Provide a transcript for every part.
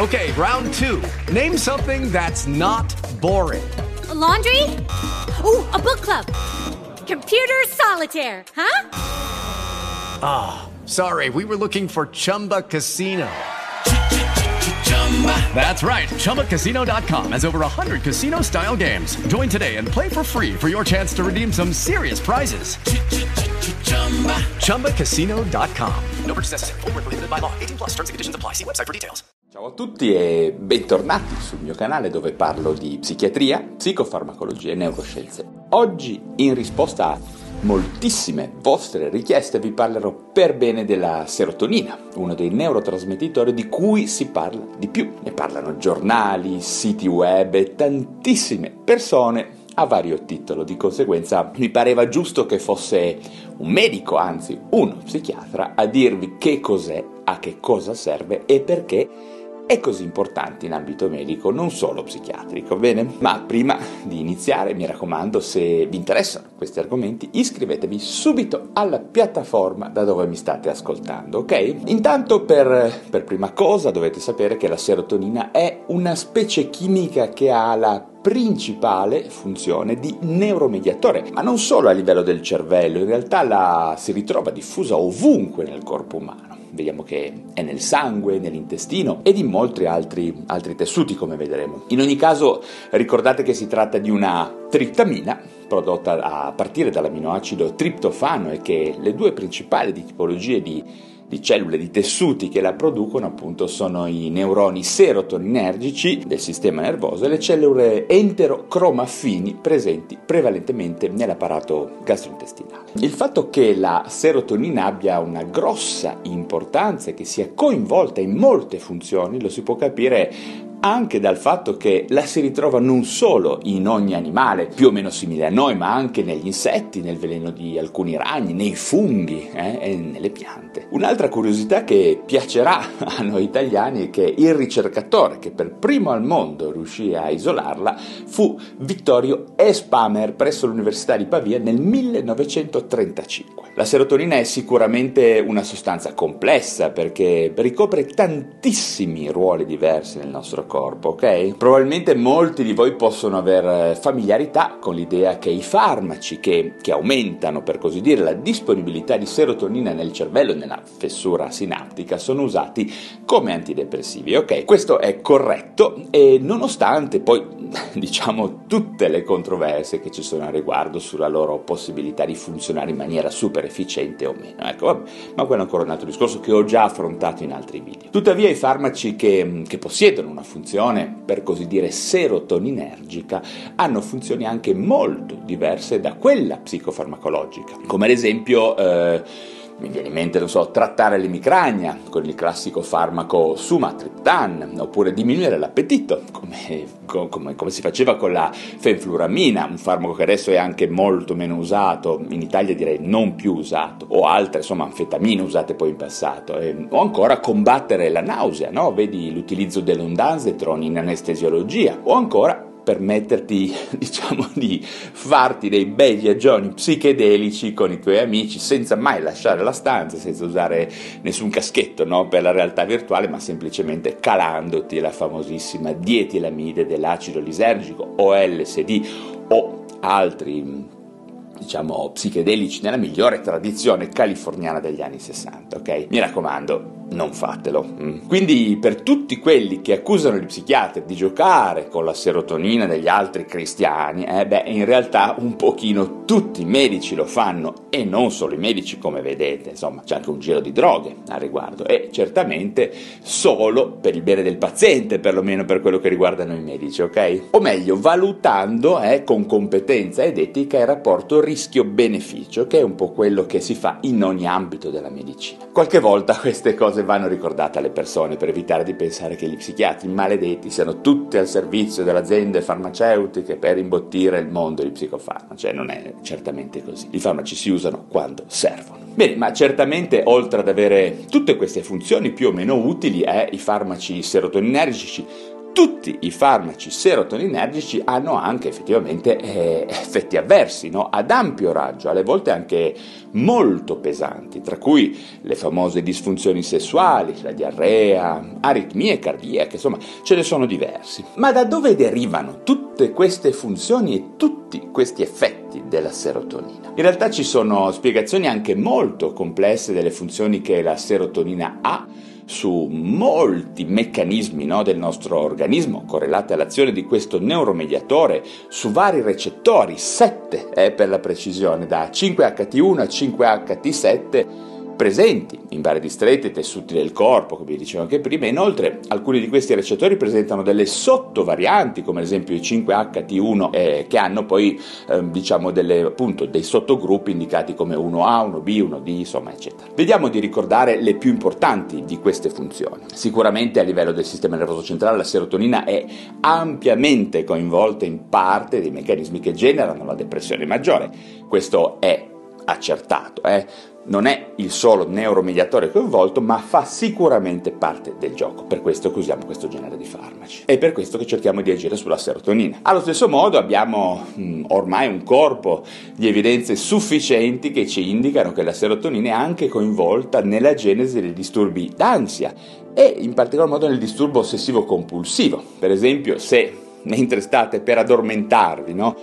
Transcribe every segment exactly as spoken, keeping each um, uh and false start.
Okay, round two. Name something that's not boring. A laundry? Ooh, a book club. Computer solitaire, huh? Ah, oh, sorry, we were looking for Chumba Casino. That's right, Chumba Casino dot com has over one hundred casino-style games. Join today and play for free for your chance to redeem some serious prizes. Chumba Casino dot com. No purchase necessary. Void where prohibited by law. eighteen plus terms and conditions apply. See website for details. Ciao a tutti e bentornati sul mio canale dove parlo di psichiatria, psicofarmacologia e neuroscienze. Oggi, in risposta a moltissime vostre richieste, vi parlerò per bene della serotonina, uno dei neurotrasmettitori di cui si parla di più. Ne parlano giornali, siti web e tantissime persone a vario titolo. Di conseguenza mi pareva giusto che fosse un medico, anzi uno psichiatra, a dirvi che cos'è, a che cosa serve e perché è così importante in ambito medico, non solo psichiatrico, bene? Ma prima di iniziare, mi raccomando, se vi interessano questi argomenti, iscrivetevi subito alla piattaforma da dove mi state ascoltando, ok? Intanto, per, per prima cosa, dovete sapere che la serotonina è una specie chimica che ha la principale funzione di neuromediatore, ma non solo a livello del cervello, in realtà la si ritrova diffusa ovunque nel corpo umano. Vediamo che è nel sangue, nell'intestino ed in molti altri, altri tessuti, come vedremo. In ogni caso, ricordate che si tratta di una triptamina prodotta a partire dall'aminoacido triptofano e che le due principali tipologie di di cellule, di tessuti che la producono appunto sono i neuroni serotoninergici del sistema nervoso e le cellule enterocromafini presenti prevalentemente nell'apparato gastrointestinale. Il fatto che la serotonina abbia una grossa importanza e che sia coinvolta in molte funzioni lo si può capire anche dal fatto che la si ritrova non solo in ogni animale più o meno simile a noi, ma anche negli insetti, nel veleno di alcuni ragni, nei funghi eh, e nelle piante. Un'altra curiosità che piacerà a noi italiani è che il ricercatore che per primo al mondo riuscì a isolarla fu Vittorio Espamer presso l'Università di Pavia nel millenovecentotrentacinque. La serotonina è sicuramente una sostanza complessa perché ricopre tantissimi ruoli diversi nel nostro corpo. Corpo, ok? Probabilmente molti di voi possono aver familiarità con l'idea che i farmaci che, che aumentano, per così dire, la disponibilità di serotonina nel cervello, nella fessura sinaptica, sono usati come antidepressivi, ok? Questo è corretto e nonostante poi, diciamo, tutte le controversie che ci sono a riguardo sulla loro possibilità di funzionare in maniera super efficiente o meno, ecco, vabbè, ma quello è ancora un altro discorso che ho già affrontato in altri video. Tuttavia i farmaci che, che possiedono una funzione per così dire serotoninergica hanno funzioni anche molto diverse da quella psicofarmacologica, come ad esempio eh, mi viene in mente, non so, trattare l'emicrania con il classico farmaco sumatriptan, oppure diminuire l'appetito come, come, come si faceva con la fenfluramina, un farmaco che adesso è anche molto meno usato, in Italia direi non più usato, o altre insomma anfetamine usate poi in passato, e, o ancora combattere la nausea, no? Vedi l'utilizzo dell'ondansetron in anestesiologia, o ancora permetterti, diciamo, di farti dei bei viaggioni psichedelici con i tuoi amici senza mai lasciare la stanza, senza usare nessun caschetto, no, per la realtà virtuale, ma semplicemente calandoti la famosissima dietilamide dell'acido lisergico o L S D o altri, diciamo, psichedelici nella migliore tradizione californiana degli anni sessanta, ok? Mi raccomando, non fatelo. Mm. Quindi per tutti quelli che accusano gli psichiatri di giocare con la serotonina degli altri cristiani, eh, beh, in realtà un pochino tutti i medici lo fanno, e non solo i medici, come vedete, insomma, c'è anche un giro di droghe al riguardo, e certamente solo per il bene del paziente, perlomeno per quello che riguarda noi medici, ok? O meglio, valutando eh, con competenza ed etica il rapporto rischio-beneficio, che è un po' quello che si fa in ogni ambito della medicina. Qualche volta queste cose vanno ricordate alle persone per evitare di pensare che gli psichiatri maledetti siano tutti al servizio delle aziende farmaceutiche per imbottire il mondo di psicofarmaci. Non è certamente così. I farmaci si usano quando servono. Bene, ma certamente oltre ad avere tutte queste funzioni più o meno utili, eh, i farmaci serotoninergici tutti i farmaci serotoninergici hanno anche effettivamente eh, effetti avversi, no? Ad ampio raggio, alle volte anche molto pesanti, tra cui le famose disfunzioni sessuali, la diarrea, aritmie cardiache, insomma ce ne sono diversi. Ma da dove derivano tutte queste funzioni e tutti questi effetti della serotonina? In realtà ci sono spiegazioni anche molto complesse delle funzioni che la serotonina ha su molti meccanismi, no, del nostro organismo correlati all'azione di questo neuromediatore su vari recettori, sette eh, per la precisione, da cinque acca ti uno a cinque acca ti sette, presenti in vari distretti e tessuti del corpo, come vi dicevo anche prima. Inoltre alcuni di questi recettori presentano delle sottovarianti, come ad esempio i cinque acca ti uno, eh, che hanno poi eh, diciamo delle, appunto, dei sottogruppi indicati come uno A, uno B, uno D, insomma eccetera. Vediamo di ricordare le più importanti di queste funzioni. Sicuramente a livello del sistema nervoso centrale la serotonina è ampiamente coinvolta in parte dei meccanismi che generano la depressione maggiore. Questo è accertato, eh? Non è il solo neuromediatore coinvolto, ma fa sicuramente parte del gioco, per questo che usiamo questo genere di farmaci. È per questo che cerchiamo di agire sulla serotonina. Allo stesso modo abbiamo mh, ormai un corpo di evidenze sufficienti che ci indicano che la serotonina è anche coinvolta nella genesi dei disturbi d'ansia e in particolar modo nel disturbo ossessivo compulsivo. Per esempio, se mentre state per addormentarvi, no?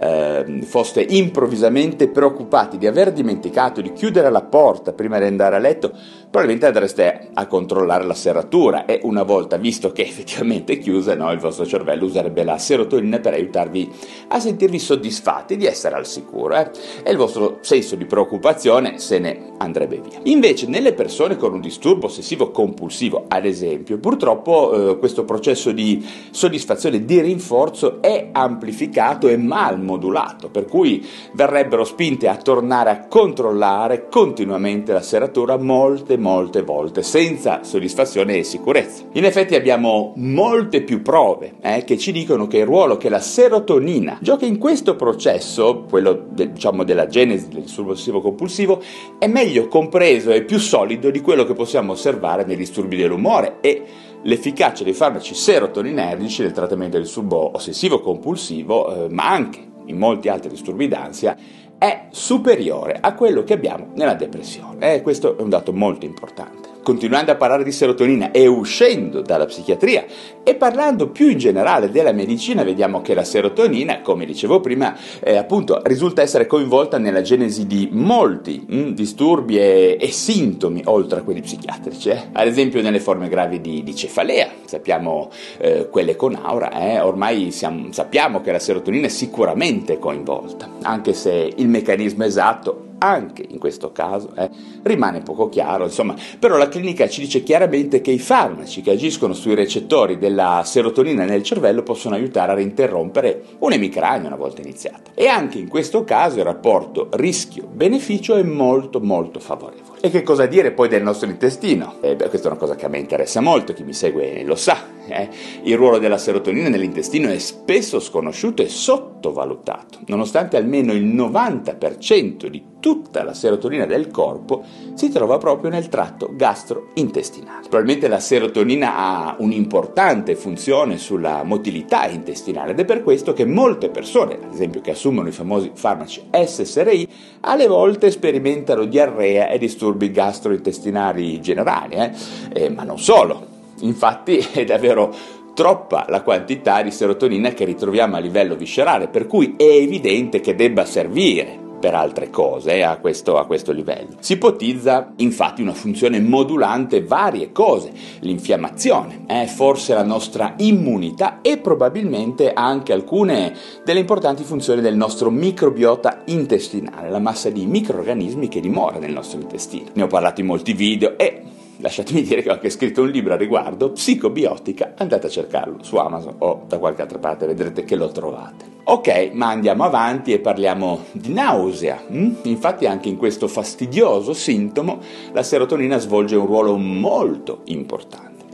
Eh, foste improvvisamente preoccupati di aver dimenticato di chiudere la porta prima di andare a letto, probabilmente andreste a controllare la serratura e una volta visto che effettivamente è chiusa, no, il vostro cervello userebbe la serotonina per aiutarvi a sentirvi soddisfatti di essere al sicuro, eh? e il vostro senso di preoccupazione se ne andrebbe via. Invece nelle persone con un disturbo ossessivo compulsivo, ad esempio, purtroppo eh, questo processo di soddisfazione, di rinforzo è amplificato e mal modulato, per cui verrebbero spinte a tornare a controllare continuamente la serratura molte molte volte senza soddisfazione e sicurezza. In effetti abbiamo molte più prove eh, che ci dicono che il ruolo che la serotonina gioca in questo processo, quello de, diciamo della genesi del disturbo ossessivo compulsivo, è meglio compreso e più solido di quello che possiamo osservare nei disturbi dell'umore, e l'efficacia dei farmaci serotoninergici nel trattamento del disturbo ossessivo compulsivo, eh, ma anche in molti altri disturbi d'ansia, è superiore a quello che abbiamo nella depressione. Eh, questo è un dato molto importante. Continuando a parlare di serotonina e uscendo dalla psichiatria e parlando più in generale della medicina, vediamo che la serotonina, come dicevo prima, eh, appunto risulta essere coinvolta nella genesi di molti mh, disturbi e, e sintomi, oltre a quelli psichiatrici. Eh. Ad esempio nelle forme gravi di, di cefalea, sappiamo eh, quelle con aura, eh, ormai siamo, sappiamo che la serotonina è sicuramente coinvolta, anche se il meccanismo esatto anche in questo caso eh, rimane poco chiaro, insomma, però la clinica ci dice chiaramente che i farmaci che agiscono sui recettori della serotonina nel cervello possono aiutare a reinterrompere un'emicrania una volta iniziata, e anche in questo caso il rapporto rischio-beneficio è molto molto favorevole. E che cosa dire poi del nostro intestino? Eh, beh, questa è una cosa che a me interessa molto, chi mi segue lo sa. Eh? Il ruolo della serotonina nell'intestino è spesso sconosciuto e sottovalutato, nonostante almeno il novanta per cento di tutta la serotonina del corpo si trova proprio nel tratto gastrointestinale. Probabilmente la serotonina ha un'importante funzione sulla motilità intestinale ed è per questo che molte persone, ad esempio che assumono i famosi farmaci S S R I, alle volte sperimentano diarrea e disturbi gastrointestinali generali, eh? Eh, ma non solo. Infatti è davvero troppa la quantità di serotonina che ritroviamo a livello viscerale, per cui è evidente che debba servire per altre cose eh, a, questo, a questo livello. Si ipotizza infatti una funzione modulante varie cose, l'infiammazione, eh, forse la nostra immunità e probabilmente anche alcune delle importanti funzioni del nostro microbiota intestinale, la massa di microrganismi che dimora nel nostro intestino. Ne ho parlato in molti video e lasciatemi dire che ho anche scritto un libro a riguardo, Psicobiotica, andate a cercarlo su Amazon o da qualche altra parte, vedrete che lo trovate. Ok, ma andiamo avanti e parliamo di nausea. Mm? Infatti anche in questo fastidioso sintomo la serotonina svolge un ruolo molto importante.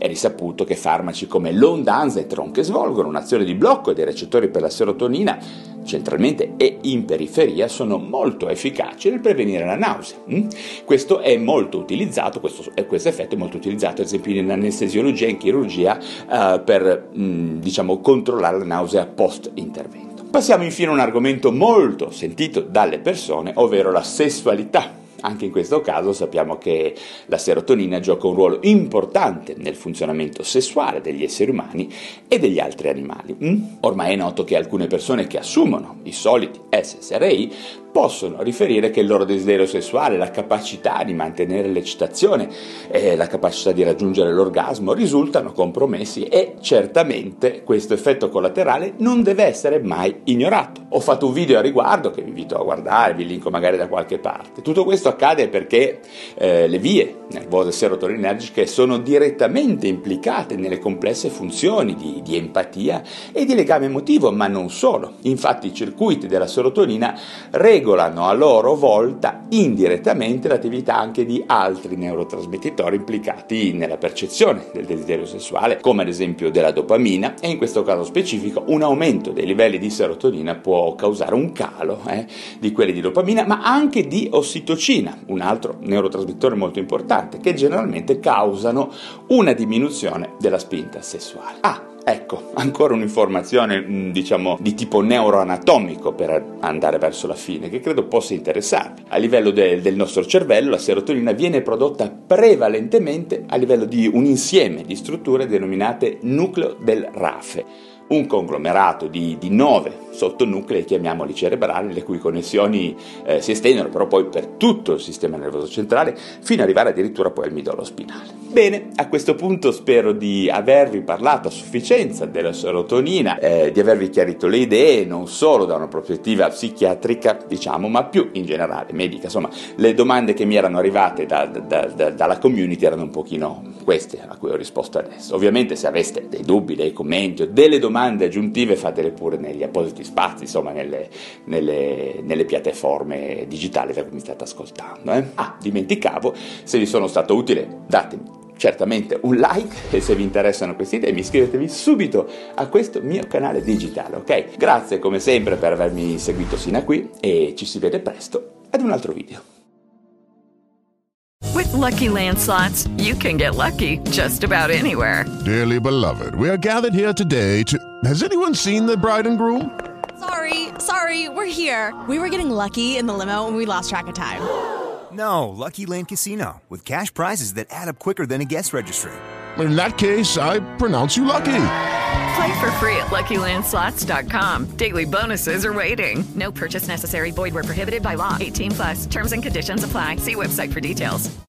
È risaputo che farmaci come l'ondansetron, che svolgono un'azione di blocco dei recettori per la serotonina centralmente e in periferia, sono molto efficaci nel prevenire la nausea. Mm? Questo è molto utilizzato, questo, questo effetto è molto utilizzato ad esempio in anestesiologia e in chirurgia uh, per mm, diciamo controllare la nausea post-intervento. Passiamo infine a un argomento molto sentito dalle persone, ovvero la sessualità. Anche in questo caso sappiamo che la serotonina gioca un ruolo importante nel funzionamento sessuale degli esseri umani e degli altri animali. Mm? Ormai è noto che alcune persone che assumono i soliti S S R I possono riferire che il loro desiderio sessuale, la capacità di mantenere l'eccitazione e la capacità di raggiungere l'orgasmo risultano compromessi, e certamente questo effetto collaterale non deve essere mai ignorato. Ho fatto un video a riguardo che vi invito a guardare, vi linko magari da qualche parte. Tutto questo accade perché eh, le vie nervose serotoninergiche sono direttamente implicate nelle complesse funzioni di, di empatia e di legame emotivo, ma non solo. Infatti i circuiti della serotonina regolano a loro volta indirettamente l'attività anche di altri neurotrasmettitori implicati nella percezione del desiderio sessuale, come ad esempio della dopamina, e in questo caso specifico un aumento dei livelli di serotonina può causare un calo eh, di quelli di dopamina, ma anche di ossitocina, un altro neurotrasmettore molto importante, che generalmente causano una diminuzione della spinta sessuale. Ah, ecco, ancora un'informazione, diciamo, di tipo neuroanatomico per andare verso la fine, che credo possa interessarvi. A livello de- del nostro cervello, la serotonina viene prodotta prevalentemente a livello di un insieme di strutture denominate nucleo del rafe, un conglomerato di, di nove sottonuclei, chiamiamoli cerebrali, le cui connessioni eh, si estendono però poi per tutto il sistema nervoso centrale, fino ad arrivare addirittura poi al midollo spinale. Bene, a questo punto spero di avervi parlato a sufficienza della serotonina, eh, di avervi chiarito le idee, non solo da una prospettiva psichiatrica, diciamo, ma più in generale, medica. Insomma, le domande che mi erano arrivate da, da, da, dalla community erano un pochino queste a cui ho risposto adesso. Ovviamente se aveste dei dubbi, dei commenti o delle domande aggiuntive, fatele pure negli appositi spazi, insomma nelle, nelle, nelle piattaforme digitali da cui mi state ascoltando. Eh? Ah, dimenticavo, se vi sono stato utile datemi certamente un like, e se vi interessano queste idee iscrivetevi subito a questo mio canale digitale, ok? Grazie come sempre per avermi seguito sino a qui e ci si vede presto ad un altro video. With Lucky Land Slots, you can get lucky just about anywhere. Dearly beloved, we are gathered here today to... Has anyone seen the bride and groom? Sorry, sorry, we're here. We were getting lucky in the limo and we lost track of time. No, Lucky Land Casino, with cash prizes that add up quicker than a guest registry. In that case, I pronounce you lucky. Play for free at Lucky Land Slots dot com. Daily bonuses are waiting. No purchase necessary. Void where prohibited by law. eighteen plus. Terms and conditions apply. See website for details.